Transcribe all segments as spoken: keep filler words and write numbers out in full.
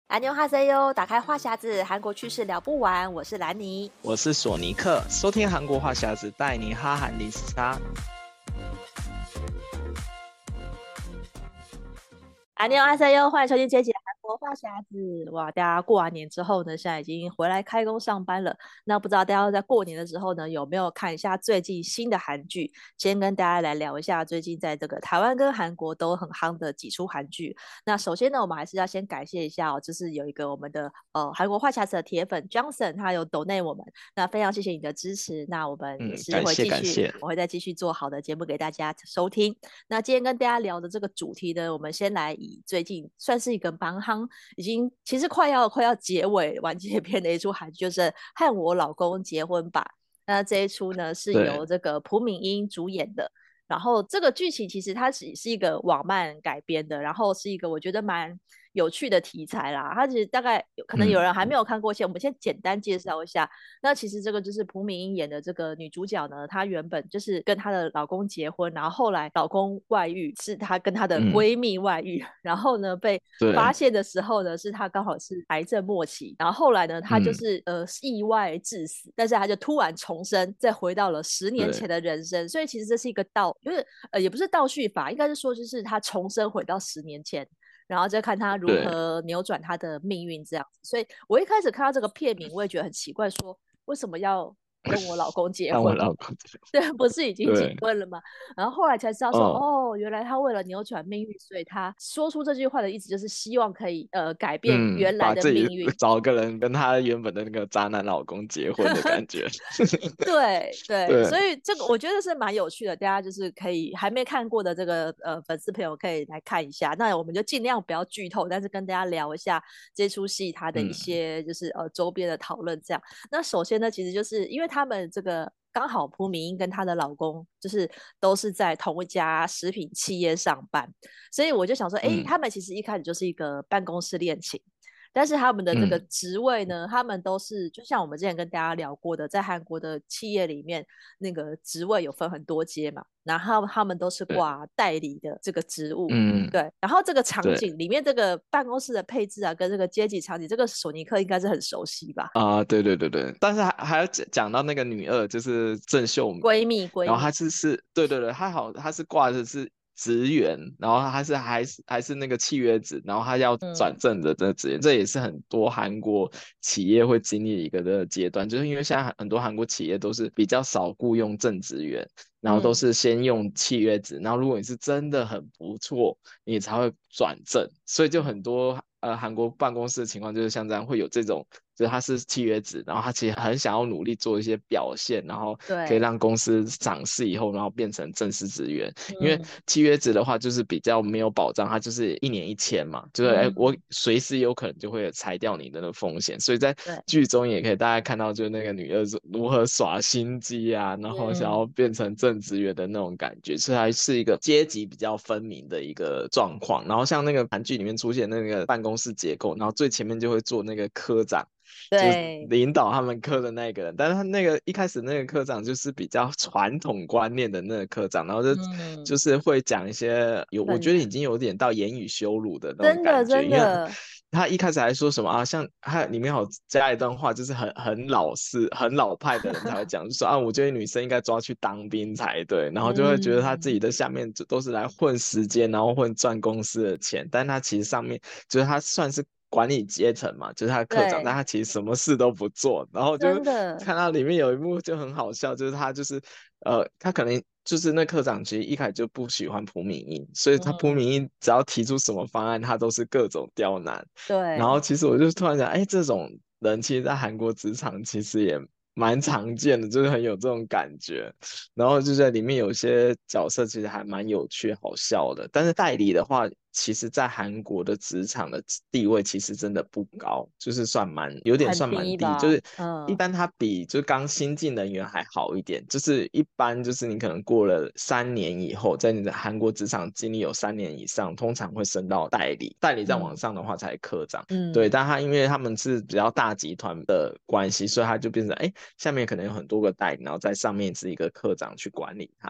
안녕하세요，打开话匣子，韩国趣事聊不完。我是兰妮， 我是索尼克，收听韩国话匣子，带你哈韩零时差。 안녕하세요，欢迎收听这一集的韩国话匣子。哇，大家过完年之后呢，现在已经回来开工上班了。那不知道大家在过年的时候呢，有没有看一下最近新的韩剧？先跟大家来聊一下最近在这个台湾跟韩国都很夯的几出韩剧。那首先呢，我们还是要先感谢一下哦，就是有一个我们的呃韩国话匣子的铁粉 Johnson，他有 donate 我们，那非常谢谢你的支持。那我们也嗯，感是会继续， 谢感谢。 我会再继续做好的节目给大家收听。那今天跟大家聊的这个主题呢，我们先来以最近算是一个蛮夯，已经其实快要快要结尾完结篇的一出韩剧，就是《和我老公结婚吧》。那这一出呢是由对， 这个朴敏英主演的。然后这个剧情其实它只是一个网漫改编的，然后是一个我觉得蛮有趣的题材啦。它其实大概可能有嗯， 人还没有看过，先我们先简单介绍一下。那其实这个就是朴敏英演的这个女主角呢，她原本就是跟她的老公结婚，然后后来老公外遇，是她跟她的嗯， 闺蜜外遇，然后呢被发对， 现的时候呢，是她刚好是癌症末期，然后后来呢，她就嗯， 是呃意外致死，但是她就突然重生，再回到了十年前对， 的人生，所以其实这是一个倒，就是呃也不是倒叙法，应该是说就是她重生回到十年前。然后再看她如对， 何扭转她的命运这样子，所以我一开始看到这个片名，我也觉得很奇怪，说为什么要跟我老公结看我婚？ 老公。 对，不是已经结对， 婚了吗？然后后来才知道说， 嗯哦，原来他为了扭转命运，所以他说出这句话的意思就是希望可以呃改变嗯， 原来的把自己命运。 找个人跟她原本的那个渣男老公结婚的感觉。 对对， 对， 所以这个我觉得是蛮有趣的，大家就是可以还没看过的这个呃粉丝朋友可以来看一下。那我们就尽量不要剧透，但是跟大家聊一下这出戏它的一嗯， 些就是呃周边的讨论这样。那首先呢，其实就是因为他们这个刚好朴敏英跟她的老公就是都是在同一家食品企业上班，所以我就想说，哎， 嗯， 他们其实一开始就是一个办公室恋情。但是他们的这个嗯， 职位呢，他们都是就像我们之前跟大家聊过的，在韩国的企业里面，那个职位有分很多阶嘛，然后他们都是对， 挂代理的这个职务。 嗯， 对，然后这个场对。 景里面，这个办公室的配置啊，跟这个阶级场景，这个索尼克应该是很熟悉吧？ 啊、对对对对，但是还还要讲讲到那个女二，就是郑秀敏， 闺蜜，闺蜜， 然后她是是，对对对，她好，她是挂的是职员，然后她是还是还是那个契约制，然后她要转嗯， 正的这个职员，这也是很多韩国企业会经历一个的阶段，就是因为现在很多韩国企业都是比较少雇佣正职员，然后都嗯， 是先用契约制，然后如果你是真的很不错，你才会转正，所以就嗯， 很多呃韩国办公室的情况就是像这样，会有这种，就是他是契约制，然后他其实很想要努力做一些表现，然后可以对， 让公司上市以后，然后变成正式职员。因为嗯， 契约制的话，就是比较没有保障，它就是一年一签嘛，就是哎，我嗯， 随时有可能就会裁掉你的那个风险，所以在对， 剧中也可以大家看到，就是那个女二如何耍心机啊，然后想要嗯， 变成正职员的那种感觉，所以还是一个阶级比较分明的一个状况。然后像那个韩剧里面出现那个办公室结构，然后最前面就会做那个科长。就是对， 领导他们科的那个人，但是他那个一开始那个科长就是比较传统观念的那个科长，然后就就嗯， 是会讲一些有我觉得已很经有点到言语羞辱的那种真的感觉，因为真的， 他一开始还说什么啊，像他里面有加一段话，就是很很老式、很老派的人才会讲，就说啊，我觉得女生应该抓去当兵才对，然后就会觉得他自己嗯， 的下面都是来混时间，然后混赚公司的钱，但他其实上面就是他算是管理阶层嘛，就是他的课长，但对， 他其实什么事都不做，然后就是真的， 看到里面有一幕就很好笑，就是他就是呃，他可能就是那科长其实一开始就不喜欢朴敏英，所以他朴嗯， 敏英只要提出什么方案，他都是各种刁难。然后对， 其实我就突然想，哎，这种人其实，在韩国职场其实也蛮常见的，就是很有这种感觉。然后就在里面有些角色其实还蛮有趣、好笑的。但是代理的话，其实在韩国的职场的地位其实真的不高，就是算蛮有点很算蛮低，就低吧？ 是一嗯， 般它比就刚新进人员还好一点，就是一般就是你可能过了三年以后，在你的韩国职场经历有三年以上，通常会升到代理，代理再往嗯， 上的话才科长。对， 嗯， 但他因为他们是比较大集团的关系，所以他就变成哎，下面可能有很多个代理，然后在上面是一个科长去管理他们。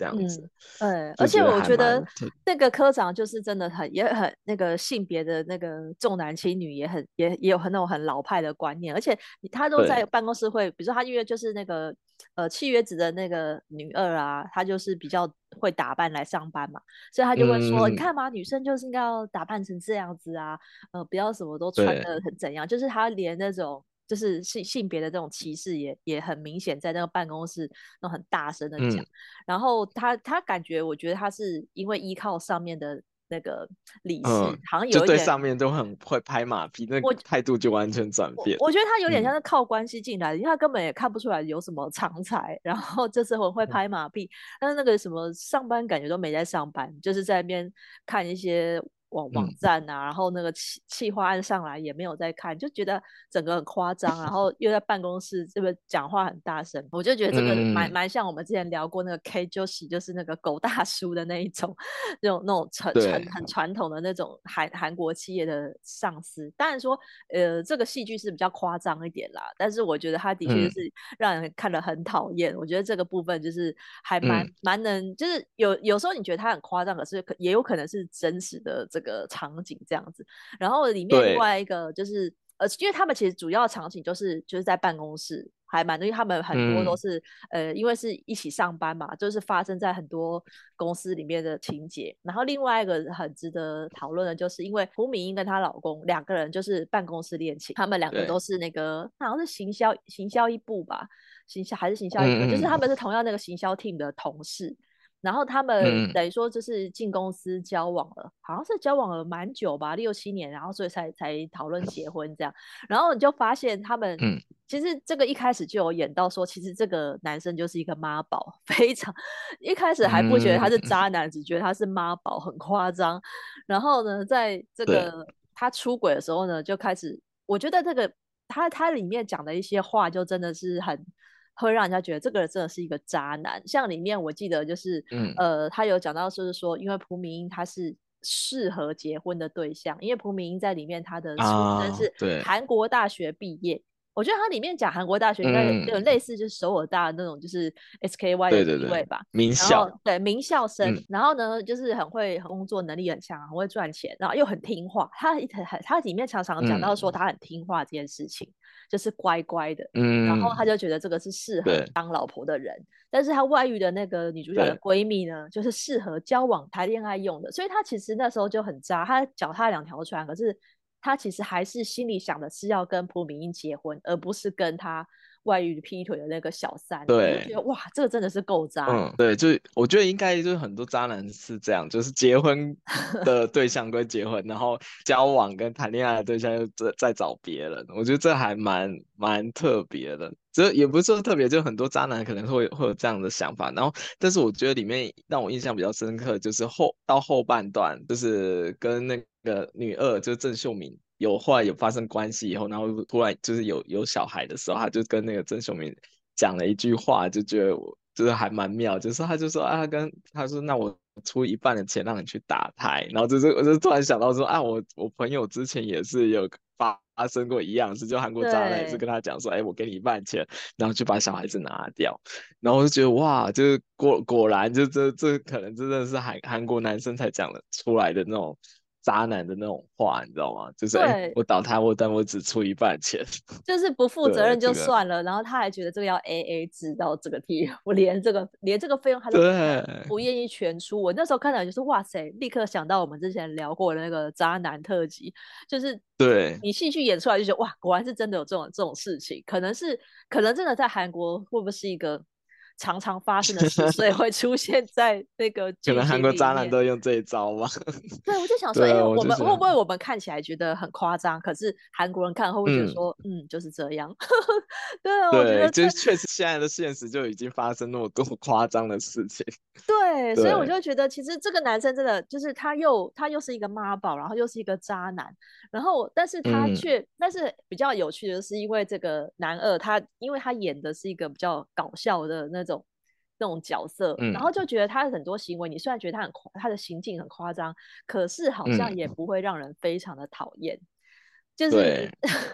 这样子， 嗯，对，而就觉得且我还蛮觉得那个科长就是真的很也很那个性别的那个重男轻女也很也也有很那种很老派的观念，而且他都在对， 办公室会，比如说他因为就是那个呃契约职的那个女二啊，她就是比较会打扮来上班嘛，所以他就会说，你嗯， 看嘛，女生就是应该要打扮成这样子啊，呃，不要什么都穿对， 的很怎样，就是他连那种。就是性性别的这种歧视也也很明显，在那个办公室那种很大声的讲。 嗯然后他他感觉，我觉得他是因为依靠上面的那个理事， 嗯， 好像就有一点， 对上面都很会拍马屁，那我态度就完全转变。 我我觉得他有点像嗯， 是靠关系进来的，因为他根本也看不出来有什么长才，然后就是很会拍马屁，但是那个什么上班感觉都没在上班，就是在那边看一些网网嗯站啊，然后那个企企划案上来也没有在看，就觉得整个很夸张，然后又在办公室这个讲话很大声，我就觉得这个蛮嗯， 蛮像我们之前聊过那个 K 就喜，就是那个狗大叔的那一种，那种那种传传对， 很传统的那种韩韩国企业的上司。当然说，呃，这个戏剧是比较夸张一点啦，但是我觉得他的确就嗯是让人看了很讨厌。我觉得这个部分就是还蛮嗯蛮能，就是有有时候你觉得他很夸张，可是可也有可能是真实的这个场景这样子。然后里面另对， 外一个就是呃，因为他们其实主要场景就是就是在办公室，还蛮多，因为他们很多都嗯是呃，因为是一起上班嘛，就是发生在很多公司里面的情节。然后另外一个很值得讨论的，就是因为胡敏英跟她老公两个人就是办公室恋情，他们两个对， 都是那个好像是行销行销一部吧，行销还是行销一科，就是嗯嗯他们是同样那个行销 team 的同事。然后他们嗯等于说就是进公司交往了，好像是交往了蛮久吧，六七年，然后所以才才讨论结婚这样。然后你就发现他们嗯其实这个一开始就有演到说，其实这个男生就是一个妈宝，非常一开始还不觉得他是嗯， 渣男，只觉得他是妈宝，很夸张。然后呢，在这对， 个他出轨的时候呢，就开始我觉得这个他他里面讲的一些话，就真的是很会让人家觉得这个人真的是一个渣男。像里面我记得就是嗯呃，他有讲到就是说，因为朴敏英他是适合结婚的对象，因为朴敏英在里面他的出身啊， 是对， 韩国大学毕业。我觉得它里面讲韩国大学应该有有嗯， 类似，就是首尔大那种，就是 S K Y 的对对对， 地位吧。然后名校， 对名校生， 嗯然后呢，就是很会工作能力很强，很会赚钱，然后又很听话。他一很他里面常常讲到说嗯他很听话这件事情，就是乖乖的。然后他嗯， 就觉得这个是适合对当老婆的人，但是他外遇的那个女主角的对， 闺蜜呢，就是适合交往谈恋爱用的。所以他其实那时候就很渣，他脚踏两条船，可是他其实还是心里想的是要跟朴敏英结婚，而不是跟他外遇劈腿的那个小三。我就觉对。 得哇，这个真的是够渣的。 嗯，对，就是我觉得应该就是很多渣男是这样，就是结婚的对象归结婚，然后交往跟谈恋爱的对象又再再找别人，我觉得这还蛮蛮特别的。这也不是说特别，就很多渣男可能会会有这样的想法。然后，但是我觉得里面让我印象比较深刻，就是后到后半段，就是跟那个女二，就是郑秀敏。有后来有发生关系以后，然后突然就是有有小孩的时候，他就跟那个郑秀敏讲了一句话，就觉得我就是还蛮妙，就是他就说啊，他跟他说那我出一半的钱让你去打胎，然后就是我就突然想到说啊，我我朋友之前也是有发发生过一样的事，就韩国渣男也是对， 跟他讲说，哎，我给你一半钱，然后就把小孩子拿掉，然后我就觉得哇，就是果果然就这这可能真的是韩韩国男生才讲得出来的那种。渣男的那种话，你知道吗？就是哎、欸对， 我倒胎我，但我只出一半钱。 就是不负责对， 任就这个算了，然后他还觉得这个要 A A 制到这个地步，连这个连这个费用他都不对， 不愿意全出。我那时候看到就是哇塞，立刻想到我们之前聊过的那个渣男特辑，就是对， 你戏剧演出来就觉得哇，果然是真的有这种这种事情，可能是可能真的在韩国会不会是一个常常发生的事，所以会出现在那个可剧情能韩国渣男里面。 都用这一招吧。 对，我就想说，哎、 对啊，我我们就觉得， 会不会我们看起来觉得很夸张，可是韩国人看会不会觉得嗯， 说，嗯，就是这样？对啊，我觉对， 得这就是确实现在的现实就已经发生那么多夸张的事情。 对，所以我对， 就觉得，其实这个男生真的就是他又他又是一个妈宝，然后又是一个渣男，然后但是他嗯却，但是比较有趣的是，因为这个男二他，因为他演的是一个比较搞笑的那种那种角色，然嗯后就觉得他很多行为，你虽然觉得他很夸他的行径很夸张，可是好像也嗯， 不会让人非常的讨厌。就是对，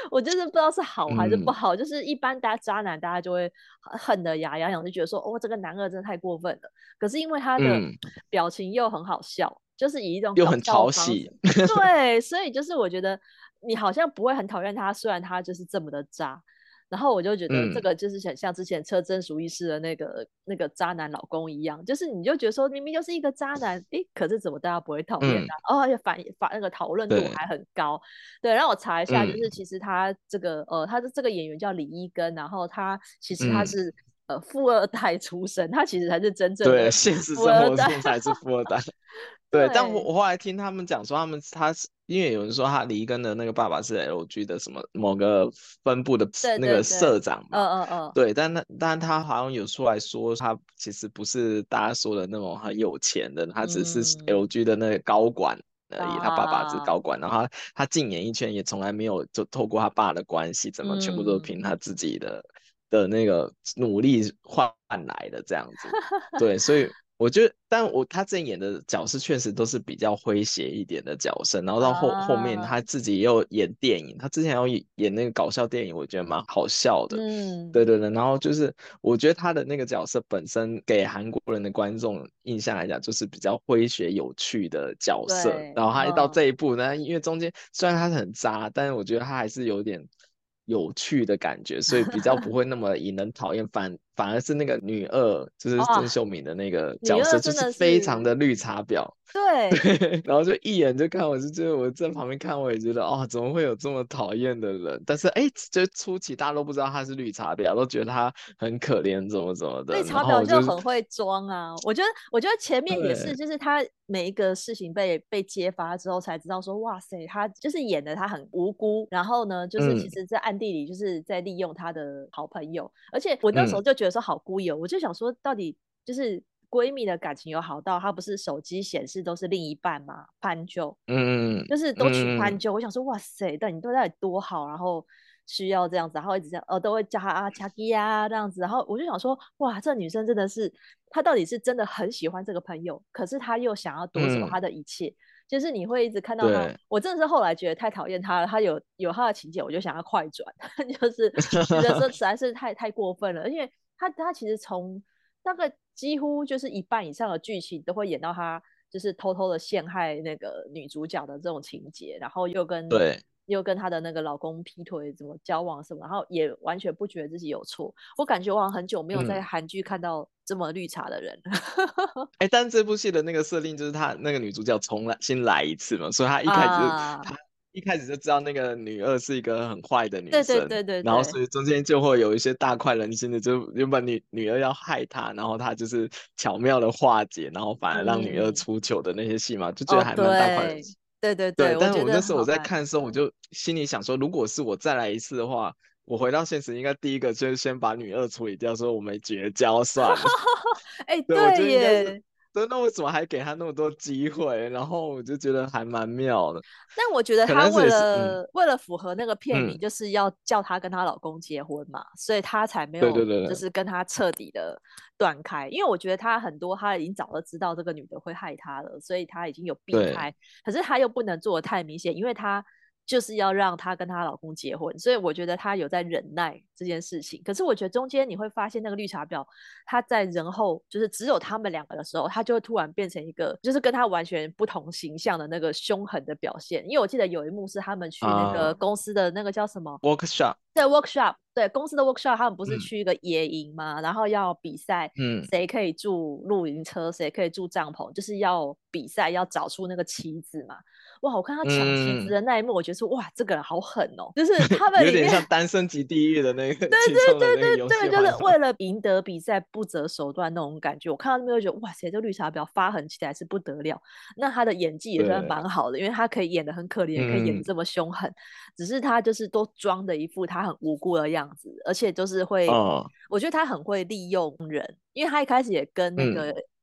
我就是不知道是好还是不嗯好，就是一般大家渣男大家就会恨得牙痒痒，就觉得说哦这个男二真的太过分了。可是因为他的嗯， 表情又很好笑，就是以一种又很搞笑的讨喜。 方式，对，所以就是我觉得你好像不会很讨厌他，虽然他就是这么的渣。然后我就觉得这嗯个就是很像之前车真淑一式的那个那个渣男老公一样，就是你就觉得说明明就是一个渣男，诶，可是怎么大家不会讨厌嗯， 他？哦，而且反反那个讨论度对， 还很高。对，让我查一下，就嗯是其实他这个呃，他的这个演员叫李一根，然后他其实他嗯， 是呃富二代出身，他其实才是真正对， 的现实生富二代。 活中才是富二代。对，但我对我后来听他们讲说，他们他是因为有人说他里根的那个爸爸是 L G 的什么某个分部的对那个对对， 社长吧。 嗯嗯嗯， 对，但那但他好像有出来说，他其实不是大家说的那种很有钱的，他只是嗯 L G 的那个高管而已。他爸爸是啊， 高管，然后他他进演艺圈也从来没有就透过他爸的关系，怎么全部都是凭嗯， 他自己的的那个努力换来的这样子。对，所以我觉得，但我他之前演的角色确实都是比较诙谐一点的角色，然后到后后面啊， 他自己也有演电影，他之前有演演那个搞笑电影，我觉得蛮好笑的。 嗯对对对，然后就是我觉得他的那个角色本身给韩国人的观众印象来讲，就是比较诙谐有趣的角色。 对， 然后他一到嗯这一步呢，因为中间虽然他是很渣，但是我觉得他还是有点有趣的感觉，所以比较不会那么引人讨厌，反反而是那个女二，就是郑哇， 秀敏的那个女角色，就是二真的非常的是绿茶婊。 对。 对，然后就一眼就看，我就觉得我在旁边看，我也觉得哦，怎么会有这么讨厌的人？但是哎，就初期大家都不知道他是绿茶婊，都觉得他很可怜，怎么怎么的。然绿茶婊后我就就很会装啊，我觉得，我觉得前面也是， 对， 就是他每一个事情被被揭发之后，才知道说，哇塞，他就是演的他很无辜，然后呢，就是其嗯实在暗地里就是在利用他的好朋友，而且我那时候嗯就觉得说好孤友，我就想说，到底就是闺蜜的感情有好到，她不是手机显示都是另一半吗？潘就嗯嗯就是都取嗯，嗯潘就，我想说，哇塞，但你对他有多好，然后需要这样子，然后一直这样，呃，都会叫他啊恰吉呀这样子，然后我就想说，哇，这女生真的是，她到底是真的很喜欢这个朋友，可是她又想要夺走嗯， 他的一切，就是你会一直看到她， 对， 我真的是后来觉得太讨厌她了，她有有她的情节，我就想要快转，就是觉得说实在是太太过分了，而且她她其实从大概几乎就是一半以上的剧情都会演到她就是偷偷的陷害那个女主角的这种情节，然后又跟对。 又跟她的那个老公劈腿，怎么交往什么，然后也完全不觉得自己有错。我感觉我好像很久没有在嗯， 韩剧看到这么绿茶的人了。 哎，但这部戏的那个设定就是她那个女主角重来新来一次嘛，所以她一开始就啊， 她一开始就知道那个女二是一个很坏的女生， 对对对对对， 然后所以中间就会有一些大快人心的，就原本女女二要害她，然后她就是巧妙的化解，然后反而让女二嗯， 出糗的那些戏嘛，就觉哦， 得还蛮大快人对心。对， 对对对，我但是觉得我那时候我在好看。 看的时候，我就心里想说，如果是我再来一次的话，我回到现实应该第一个就是先把女二处理掉，说我们绝交算了。 哎， 对，我觉对得应该是， 耶， 对，那为什么还给他那么多机会？然后我就觉得还蛮妙的， 但我觉得可她为能是也是，嗯了为了符合那个片名， 嗯， 就是要叫她跟她老公结婚嘛，所以她才没对有对对对就是跟他彻底的断开。因为我觉得她很多她已经早就知道这个女的会害她了，所以她已经有避对， 开。可是她又不能做的太明显，因为她就是要让她跟她老公结婚，所以我觉得她有在忍耐这件事情。可是我觉得中间你会发现那个绿茶婊，她在人后就是只有他们两个的时候，她就会突然变成一个就是跟她完全不同形象的那个凶狠的表现。因为我记得有一幕是他们去那个啊公司的那个叫什么？ ，workshop， 对 workshop，对公司的 workshop，他们不是嗯去一个野营嘛，然后要比赛嗯谁可以住露营车，谁可以住帐篷，就是要比赛要找出那个棋子嘛。哇，我看他抢棋子嗯， 的那一幕，我觉得说哇，这个人好狠哦，就是他们里面有点像《单身级地狱》的那个对其中的那个游对对， 戏就是环节。 为了赢得比赛不择手段那种感觉。我看到那边就觉得哇塞，这绿茶婊发狠起来是不得了。那他的演技也算对， 蛮好的，因为他可以演的很可怜，也可以演的嗯这么凶狠。只是他就是都装的一副他很无辜的样子，而且就是会， 哦我觉得他很会利用人，因为他一开始也跟那个嗯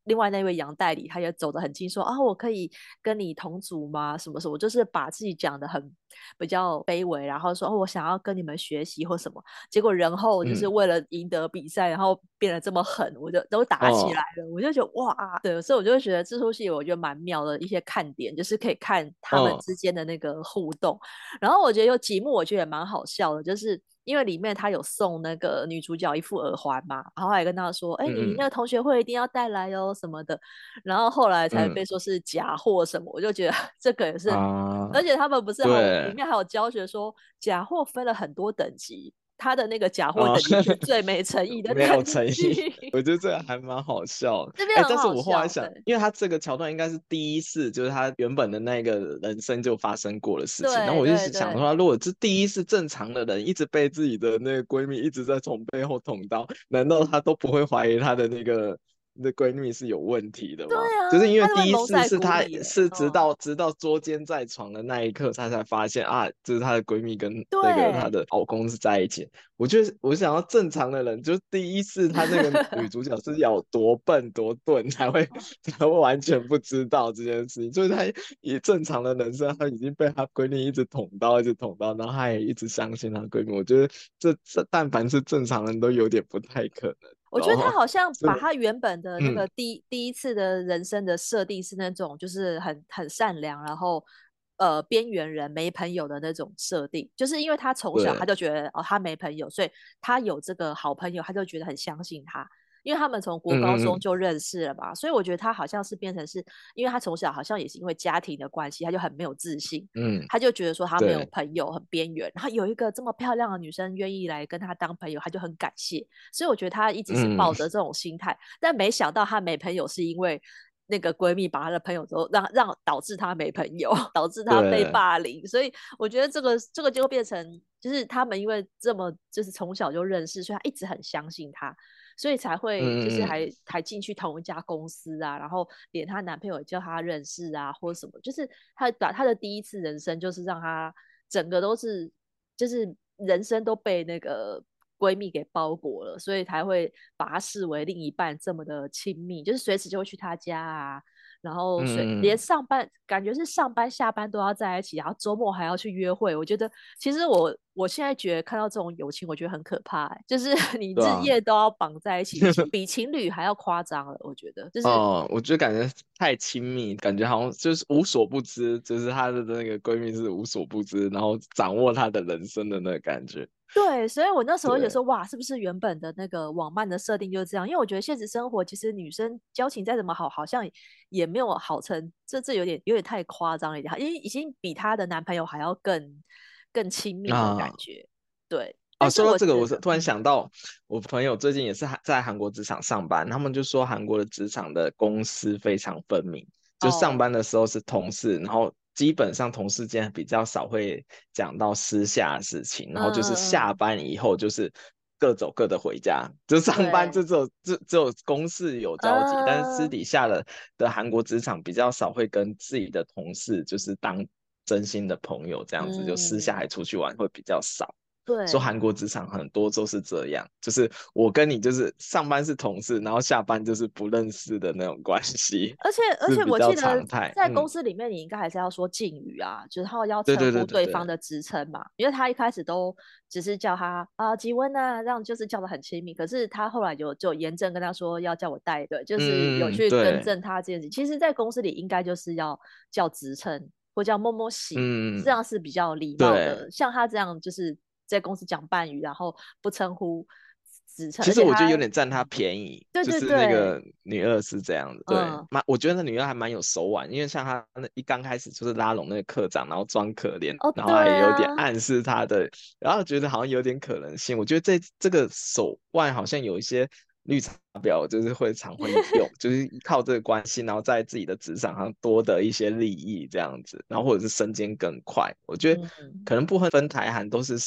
另外那位杨代理他也走得很近，说啊，我可以跟你同组吗？什么什么，就是把自己讲的很比较卑微，然后说哦，我想要跟你们学习或什么。结果人后就是嗯， 为了赢得比赛，然后变得这么狠，我就都打起来哦， 了。我就觉得哇，对，所以我就觉得这出戏我觉得蛮妙的一些看点，就是可以看他们哦， 之间的那个互动。然后我觉得有几幕我觉得也蛮好笑的，就是因为里面他有送那个女主角一副耳环嘛，然后还跟她说：“哎，你那嗯个同学会一定要带来哦什么的。”然后后来才被嗯说是假货什么，我就觉得这个也是， 嗯啊， 而且他们不是还有里对面还有教学说假货分了很多等级，他的那个假货啊， 等级是最没诚意的没有等诚意， 级， 我觉得这个还蛮好笑的。 这边哎， 很但是好笑， 我后来想， 对因为他这个桥段应该是第一次，就是他原本的那个人生就发生过的事情，然后对我就对对。 是想说，如果是第一次正常的人一直被自己的那个闺蜜一直在从背后捅刀，难道她都不会怀疑她的那个那闺蜜是有问题的对吗？ 啊， 就是因为他是被第一蒙在次是她鼓里耶， 是直嗯， 到直到捉奸在床的那一刻，她才发现啊，就是她的闺蜜跟那个她对， 的老公是在一起。我觉得我想要正常的人，就第一次她那个女主角是要有多笨多钝才会才会完全不知道这件事情，就是她以正常的人生，她已经被她闺蜜一直捅刀，一直捅刀，然后她也一直相信她闺蜜。我觉得这这但凡是正常人都有点不太可能， 我觉得他然后好像这把他原本的那嗯个第第一次的人生的设定是那种就是很很善良，然后呃边缘人没朋友的那种设定，就是因为他从小他对， 就觉得哦他没朋友，所以他有这个好朋友，他就觉得很相信他。因为他们从国高嗯嗯嗯中就认识了嘛，所以我觉得他好像是变成是，因为他从小好像也是因为家庭的关系，他就很没有自信， 嗯， 他就觉得说他没有对， 朋友，很边缘。然后有一个这么漂亮的女生愿意来跟他当朋友，他就很感谢。所以我觉得他一直是嗯抱着这种心态，但没想到他没朋友是因为那个闺蜜把她的朋友都让让导致她没朋友，导致她被对， 霸凌。所以我觉得这个这个就变成就是他们因为这么就是从小就认识，所以他一直很相信他。所以才会就是嗯嗯还还进去同一家公司啊，然后连她男朋友也叫她认识啊，或者什么，就是她把她的第一次人生，就是让她整个都是就是人生都被那个闺蜜给包裹了，所以才会把她视为另一半这么的亲密，就是随时就会去她家啊，然后随连嗯嗯嗯。 上班感觉是上班下班都要在一起，然后周末还要去约会。我觉得其实我我现在觉得看到这种友情，我觉得很可怕、欸，就是你日对啊， 夜都要绑在一起，比情比情侣还要夸张了。我觉得就是哦，我就感觉太亲密，感觉好像就是无所不知，就是她的那个闺蜜是无所不知，然后掌握她的人生的那个感觉。 对，所以我那时候就对， 说，哇，是不是原本的那个网漫的设定就是这样？因为我觉得现实生活其实女生交情再怎么好，好像也没有好成这这有点有点太夸张了一点，因为已经比她的男朋友还要更更亲密的感啊， 觉。对， 哦， 但是说到这个， 我觉得， 我是突然嗯， 想到，我朋友最近也是韩在韩国职场上班，他们就说韩国的职场的公私非常分明，就上哦， 班的时候是同事，然后基本上同事间比较少会讲到私下的事情，然后嗯就是下嗯嗯， 班以后就是各走各的回家，就上班对， 就只有只只有公事有交集，但是私嗯底下的的韩国职场比较少会跟自己的同事就是当真心的朋友这样子，就私下嗯， 还出去玩会比较少。说对。 韩国职场很多都是这样，就是我跟你就是上班是同事，然后下班就是不认识的那种关系， 而且而且是比较我记得常态。 在公嗯， 司里面，你应该还是要说敬语啊，就是他要对对对称呼对对， 对方的职称嘛。因为他一开始都只是叫他啊吉温啊，这样就是叫的很亲密。可是他后来就就严正跟他说要叫我带队，就是有嗯嗯嗯， 去更对， 正他这件事。其实，在公司里应该就是要叫职称或叫摸摸喜，这嗯样是比较礼貌对。 的。像他这样就是在公司讲半语，然后不称呼职称， 其实我觉得而且他有点占他嗯， 便宜， 对对就是那个对， 女二是这样的，对， 嗯， 蛮我觉得那女二还蛮有手腕，因为像她那一刚开始就是拉拢那个科长，然后装可怜， 哦然后还有点对啊。 暗示他的，然后觉得好像有点可能性。我觉得这这个手腕好像有一些绿茶婊，就是会常会用，就是依靠这个关系，然后在自己的职场上多得一些利益这样子，然后或者是升迁更快。我觉得嗯， 可能部分分台韩都是是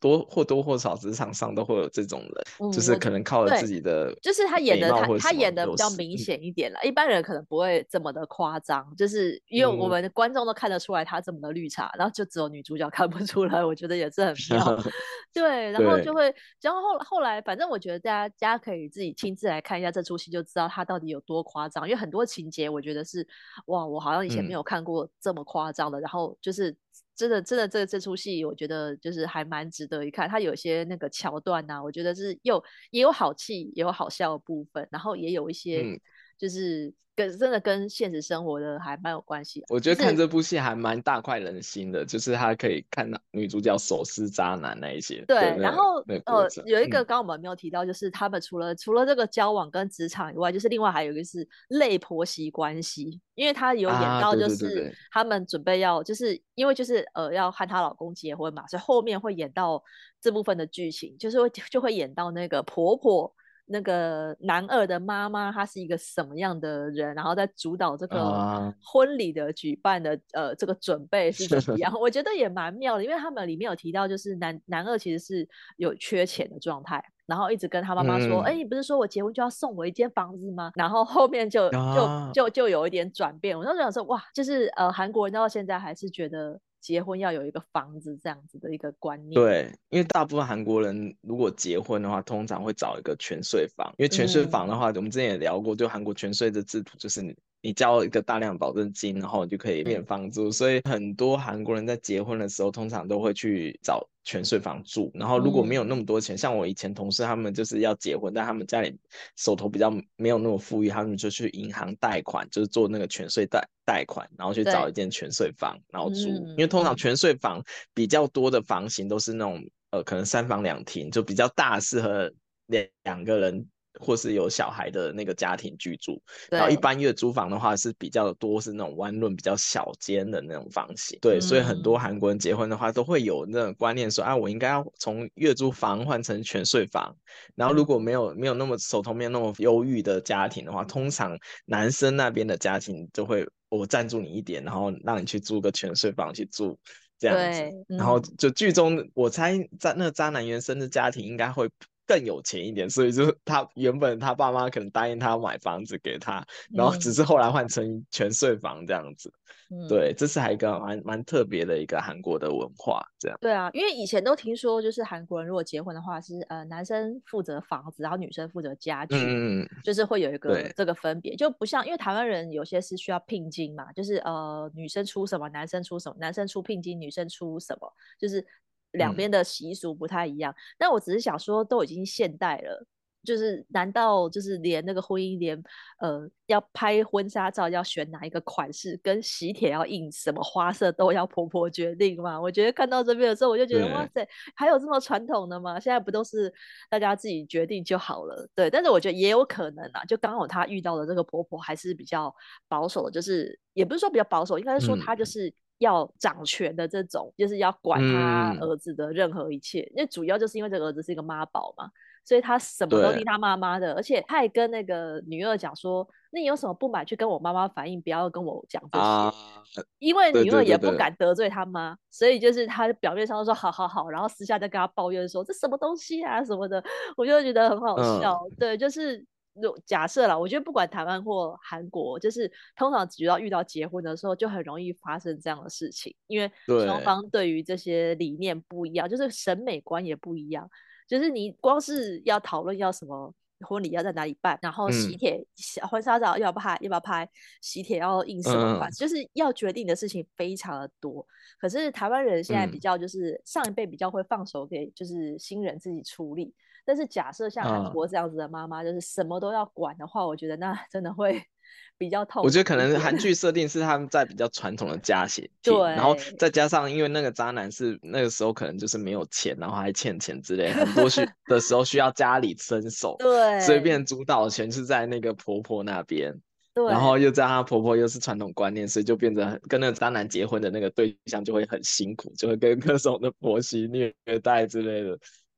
多或多或少职场上都会有这种人，就嗯， 是我觉可能靠了自对， 己的就是他演美的他他貌或者什么演的比较优势。 明显一点了，一般人可能不会这么的夸张，就是因为我嗯们的观众都看得出来他这么的绿茶，然后就只有女主角看不出来，我觉得也是很妙。 嗯， 对，然后就对， 会，然后后后来，反正我觉得大家大家可以自己亲自来看一下这出戏，就知道他到底有多夸张。因为很多情节，我觉得是哇，我好像以前没嗯有看过这么夸张的。然后就是真的真的这这出戏，我觉得就是还蛮值得一看。它有些那个桥段呐、啊，我觉得是又也有好气，也有好笑的部分，然后也有一些嗯。 就是跟真的跟现实生活的还蛮有关系的， 我觉得看就是这部戏还蛮大快人心的，就是他可以看到女主角手撕渣男那一些的对，然那后那个过呃， 程。 有一个嗯刚刚我们没有提到，就是他们除了除了这个交往跟职场以外，就是另外还有一个是类婆媳关系，因为他有演啊， 到， 对就是对对对， 他们准备要，就是因为就是呃要和她老公结婚嘛，所以后面会演到这部分的剧情，就是会就会演到那个婆婆。那个男二的妈妈，她是一个什么样的人？然后在主导这个啊， 婚礼的举办的呃这个准备是怎么样？我觉得也蛮妙的，因为他们里面有提到，就是男男二其实是有缺钱的状态，然后一直跟他妈妈说：“哎， 嗯你不是说我结婚就要送我一间房子吗？”然后后面就就啊， 就就有一点转变。我就想说，哇，就是呃，韩国人到现在还是觉得结婚要有一个房子这样子的一个观念。 对，因为大部分韩国人如果结婚的话，通常会找一个全税房，因为全税房的嗯话，我们之前也聊过，就韩国全税的制度就是你。你交一个大量的保证金，然后你就可以免嗯房租，所以很多韩国人在结婚的时候，通常都会去找全税房住。然后如果没有那嗯么多钱，像我以前同事他们就是要结婚，但他们家里手头比较没有那么富裕，他们就去银行贷款，就是做那个全税贷贷款，然后去找对， 一间全税房，然后租。因为通常嗯嗯全税房比较多的房型都是那种呃，可能三房两厅，就比较大，适合两两个人或是有小孩的那个家庭居住。然后一对， 般月租房的话是比较多是那种弯论比较小间的那种房型。对，所以很多嗯韩国人结婚的话都会有那种观念说，啊，我应该要从月租房换成全税房。然后如果嗯没有没有那么手头没有那么忧郁的家庭的话，通常男生那边的家庭就会我赞助你一点，然后让你去租个全税房去住。这样子， 对， 然后嗯就剧中我猜在那个渣男原生的家庭应该会更有钱一点，所以就是他原本他爸妈可能答应他要买房子给他，然后只是嗯后来换成全税房这样子。 嗯。 对，这是还一个蛮蛮特别的一个韩国的文化，这样。 对啊，因为以前都听说，就是韩国人如果结婚的话是，呃男生负责房子，然后女生负责家具， 嗯嗯嗯， 就是会有一个对， 这个分别，就不像因为台湾人有些是需要聘金嘛，就是呃女生出什么，男生出什么，男生出聘金，女生出什么，就是两嗯边的习俗不太一样。但我只是想说，都已经现代了，就是难道就是连那个婚姻连呃要拍婚纱照要选哪一个款式，跟喜帖要印什么花色都要婆婆决定吗？我觉得看到这边的时候，我就觉得哇对， 塞，还有这么传统的吗？现在不都是大家自己决定就好了？对，但是我觉得也有可能啊，就刚好她遇到的这个婆婆还是比较保守的，就是也不是说比较保守，应该是说嗯她就是要掌权的这种，就是要管她嗯， 儿子的任何一切，因为主要就是因为这个儿子是一个妈宝嘛。所以他什么都听对他妈妈的，而且他也跟那个女二讲说：“那你有什么不满，去跟我妈妈反映，不要跟我讲这些。” 啊， 因为对女二也不对对对， 敢得罪他妈，所以就是他表面上说好好好，然后私下再跟他抱怨说这什么东西啊什么的，我就觉得很好笑。 嗯对，就是假设啦，我觉得不管台湾或韩国，就是通常只要遇到结婚的时候，就很容易发生这样的事情，因为双对， 方对于这些理念不一样，就是审美观也不一样。就是你光是要讨论要什么婚礼要在哪里办，然后喜嗯帖、婚纱照要不要拍，要不要拍，喜帖要印什么款嗯式，就是要决定的事情非常的多。可是台湾人现在比嗯较就是上一辈比较会放手给就是新人自己处理，但是假设像韩啊。 国这样子的妈妈，就是什么都要管的话，我觉得那真的会比较痛我觉得可苦一点。 能韩剧设定是他们在比较传统的家庭，然后对， 再加上因为那个渣男是那个时候可能就是没有钱，然后还欠钱之类，很多需的时候需要家里伸手，所以对变主导权是在那个婆婆那边，然后对， 又加上她婆婆又是传统观念，所以就变得很跟那个渣男结婚的那个对象就会很辛苦，就会跟各种的婆媳虐待之类的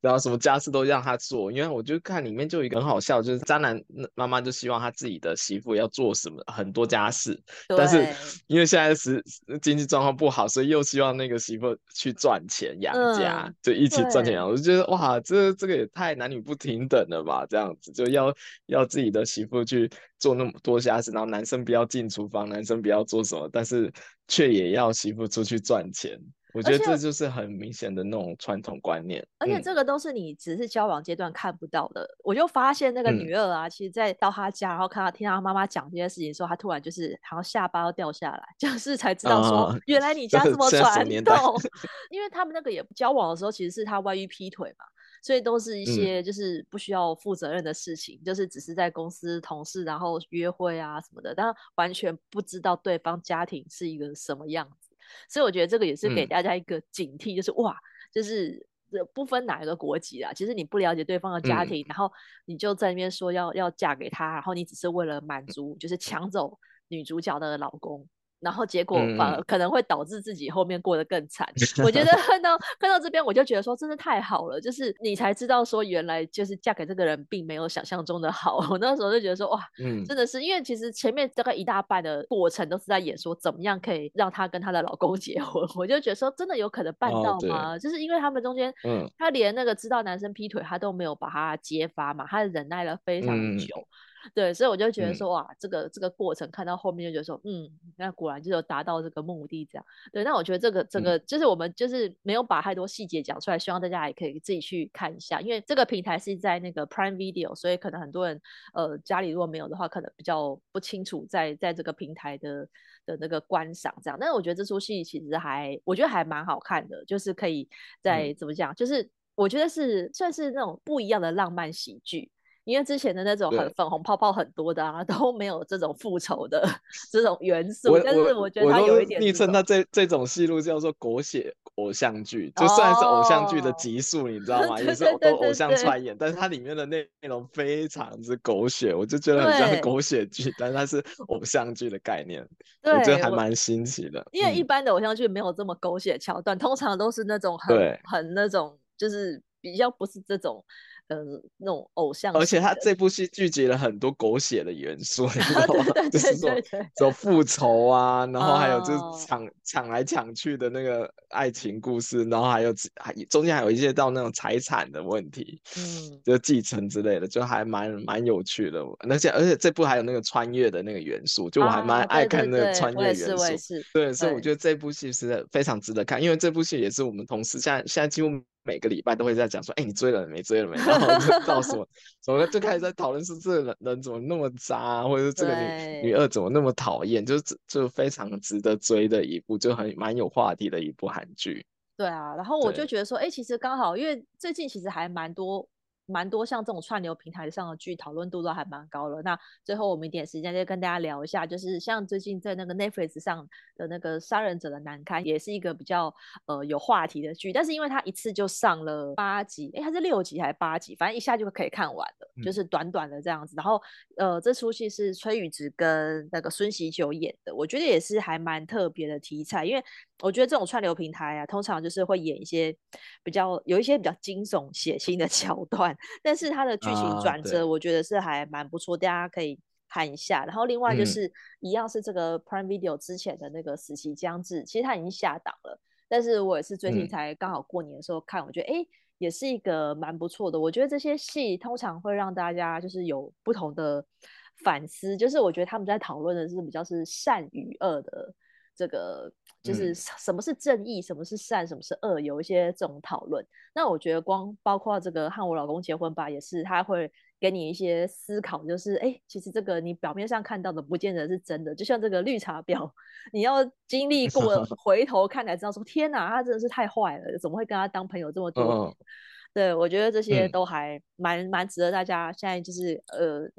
然后什么家事都让他做。因为我就看里面就有一个很好笑，就是渣男妈妈就希望他自己的媳妇要做什么很多家事，但是对， 因为现在是经济状况不好，所以又希望那个媳妇去赚钱养家， 嗯， 就一起赚钱对。 养。我就觉得哇，这这个也太男女不平等了吧？这样子就要要自己的媳妇去做那么多家事，然后男生不要进厨房，男生不要做什么，但是却也要媳妇出去赚钱。我觉而且得这就是很明显的那种传统观念。 而且嗯这个都是你只是交往阶段看不到的。我就发现那个嗯女二啊，其实在到他家，然后看到听到他妈妈讲这些事情的时候，她突然就是好像下巴要掉下来，就是才知道说啊， 原来你这家这么现在什么传年代？ 统。因为他们那个也交往的时候，其实是他外遇劈腿嘛，所以都是一嗯些就是不需要负责任的事情，就是只是在公司同事然后约会啊什么的，但完全不知道对方家庭是一个什么样子。所以我觉得这个也是给嗯大家一个警惕，就是哇，就是不分哪一个国籍啦，其实你不了解对方的家嗯庭，然后你就在那边说要要嫁给他，然后你只是为了满足，就是抢走女主角的老公，然后结果反而嗯嗯， 可能会导致自己后面过得更惨。我觉得看到看到这边，我就觉得说真的太好了，就是你才知道说原来就是嫁给这个人并没有想象中的好。我那时候就觉得说哇， 嗯真的是因为其实前面大概一大半的过程都是在演说怎么样可以让她跟她的老公结婚，我就觉得说真的有可能办哦对， 到吗？就是因为他们中间， 嗯他连那个知道男生劈腿，他都没有把他揭发嘛，他忍耐了非常的嗯久。对，所以我就觉得嗯说，哇，这个这个过程看到后面就觉得说，嗯，那果然就有达到这个目的，这样。对，那我觉得这个这嗯个就是我们就是没有把太多细节讲出来，希望大家也可以自己去看一下，因为这个平台是在那个 Prime Video，所以可能很多人呃家里如果没有的话，可能比较不清楚在在这个平台的的那个观赏这样。但是我觉得这出戏其实还我觉得还蛮好看的，就是可以在嗯， 怎么讲，就是我觉得是算是那种不一样的浪漫喜剧。因为之前的那种很对。 粉红泡泡很多的啊，都没有这种复仇的这种元素，但是我我我觉得我都它有一点昵称它这种。 这这种戏路叫做狗血偶像剧，就虽然是偶像剧的哦， 集数，你知道吗？也是对对对都偶对对像出来演，但是它里面的内容非常之狗血，我就觉得很像对狗血剧，但是它是偶像剧的概念，我觉得对，我还蛮新奇的。 因为一嗯， 般的偶像剧没有这么狗血桥段，通常都是那种很对。 很那种，就是比较不是这种，呃，那种偶像而且他型的。 这部戏聚集了很多狗血的元素，你知道吗？ 对对对就是说， 对对， 说复仇啊，然后还有就是哦， 抢抢来抢去的那个爱情故事，然后还有还中间还有一些到那种财产的问题， 嗯， 就继承之类的，就还蛮蛮有趣的。而且而且这部还有那个穿越的那个元素，就我还蛮啊，对对爱看那个对， 穿我也是， 越元素。 我也是， 对，所以我对觉得这部戏是非常值得看，因为这部戏也是我们同事现在现在几乎每个礼拜都会在讲说，哎，你追了没？追了没？然后就到什么什么就开始在讨论是这个人人怎么那么渣啊，或者是这个女女对。 二怎么那么讨厌，就是就非常值得追的一部，就很蛮有话题的一部韩剧。 对啊，然后我就对， 觉得说，哎，其实刚好，因为最近其实还蛮多蛮多像这种串流平台上的剧，讨论度都还蛮高了。那最后我们一点时间再跟大家聊一下，就是像最近在那个 Netflix 上的那个《杀人者的难堪》，也是一个比较呃有话题的剧，但是因为它一次就上了八集，哎，它是六集还是八集，反正一下就可以看完了，就嗯是短短的这样子。然后呃，这出戏是崔宇植跟那个孙喜九演的，我觉得也是还蛮特别的题材，因为我觉得这种串流平台啊，通常就是会演一些比较有一些比较惊悚血腥的桥段，但是它的剧情啊， 转折， 对， 我觉得是还蛮不错，大家可以看一下。然后另外就嗯是一样是这个 Prime Video 之前的那个《死期将至》，其实它已经下档了，但是我也是最近嗯才刚好过年的时候看，我觉得哎也是一个蛮不错的。我觉得这些戏通常会让大家就是有不同的反思，就是我觉得他们在讨论的是比较是善与恶的这个，就是嗯什么是正义，什么是善，什么是恶，有一些这种讨论。那我觉得光包括这个和我老公结婚吧，也是他会给你一些思考，就是哎，其实这个你表面上看到的不见得是真的，就像这个绿茶婊，你要经历过，回头看才知道说，天哪，他真的是太坏了，怎么会跟他当朋友这么多年？ 嗯对，我觉得这些嗯都还蛮蛮值得大家现在就是呃，因为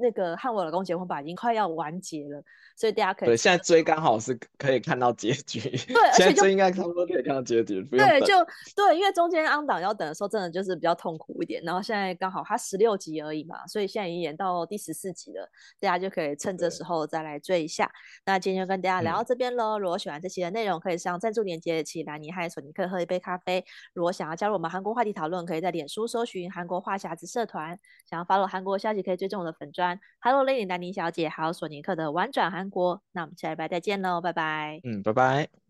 那个和我老公结婚吧已经快要完结了，所以大家可以对， 趁现在追着时候刚好是可以看到结局， 对，而现在且就追应该差不多可以看到结局，不用对， 等。 就对，因为中间昂档要等的时候，真的就是比较痛苦一点。然后现在刚好它十六集而已嘛，所以现在已经演到第十四集了，大家就可以趁这对， 时候再来追一下。那今天就跟大家聊到嗯这边喽。如果喜欢这期的内容，可以上赞助链接，请兰尼和索尼克喝一杯咖啡。如果想要加入我们韩国话题讨论，可以在脸书搜寻韩国话匣子社团。想要 follow 韩国消息，可以追踪我的粉砖 Hello Lady 兰妮小姐，还有索尼克的玩转韩国。那我们下礼拜再见喽，拜拜。 嗯，拜拜。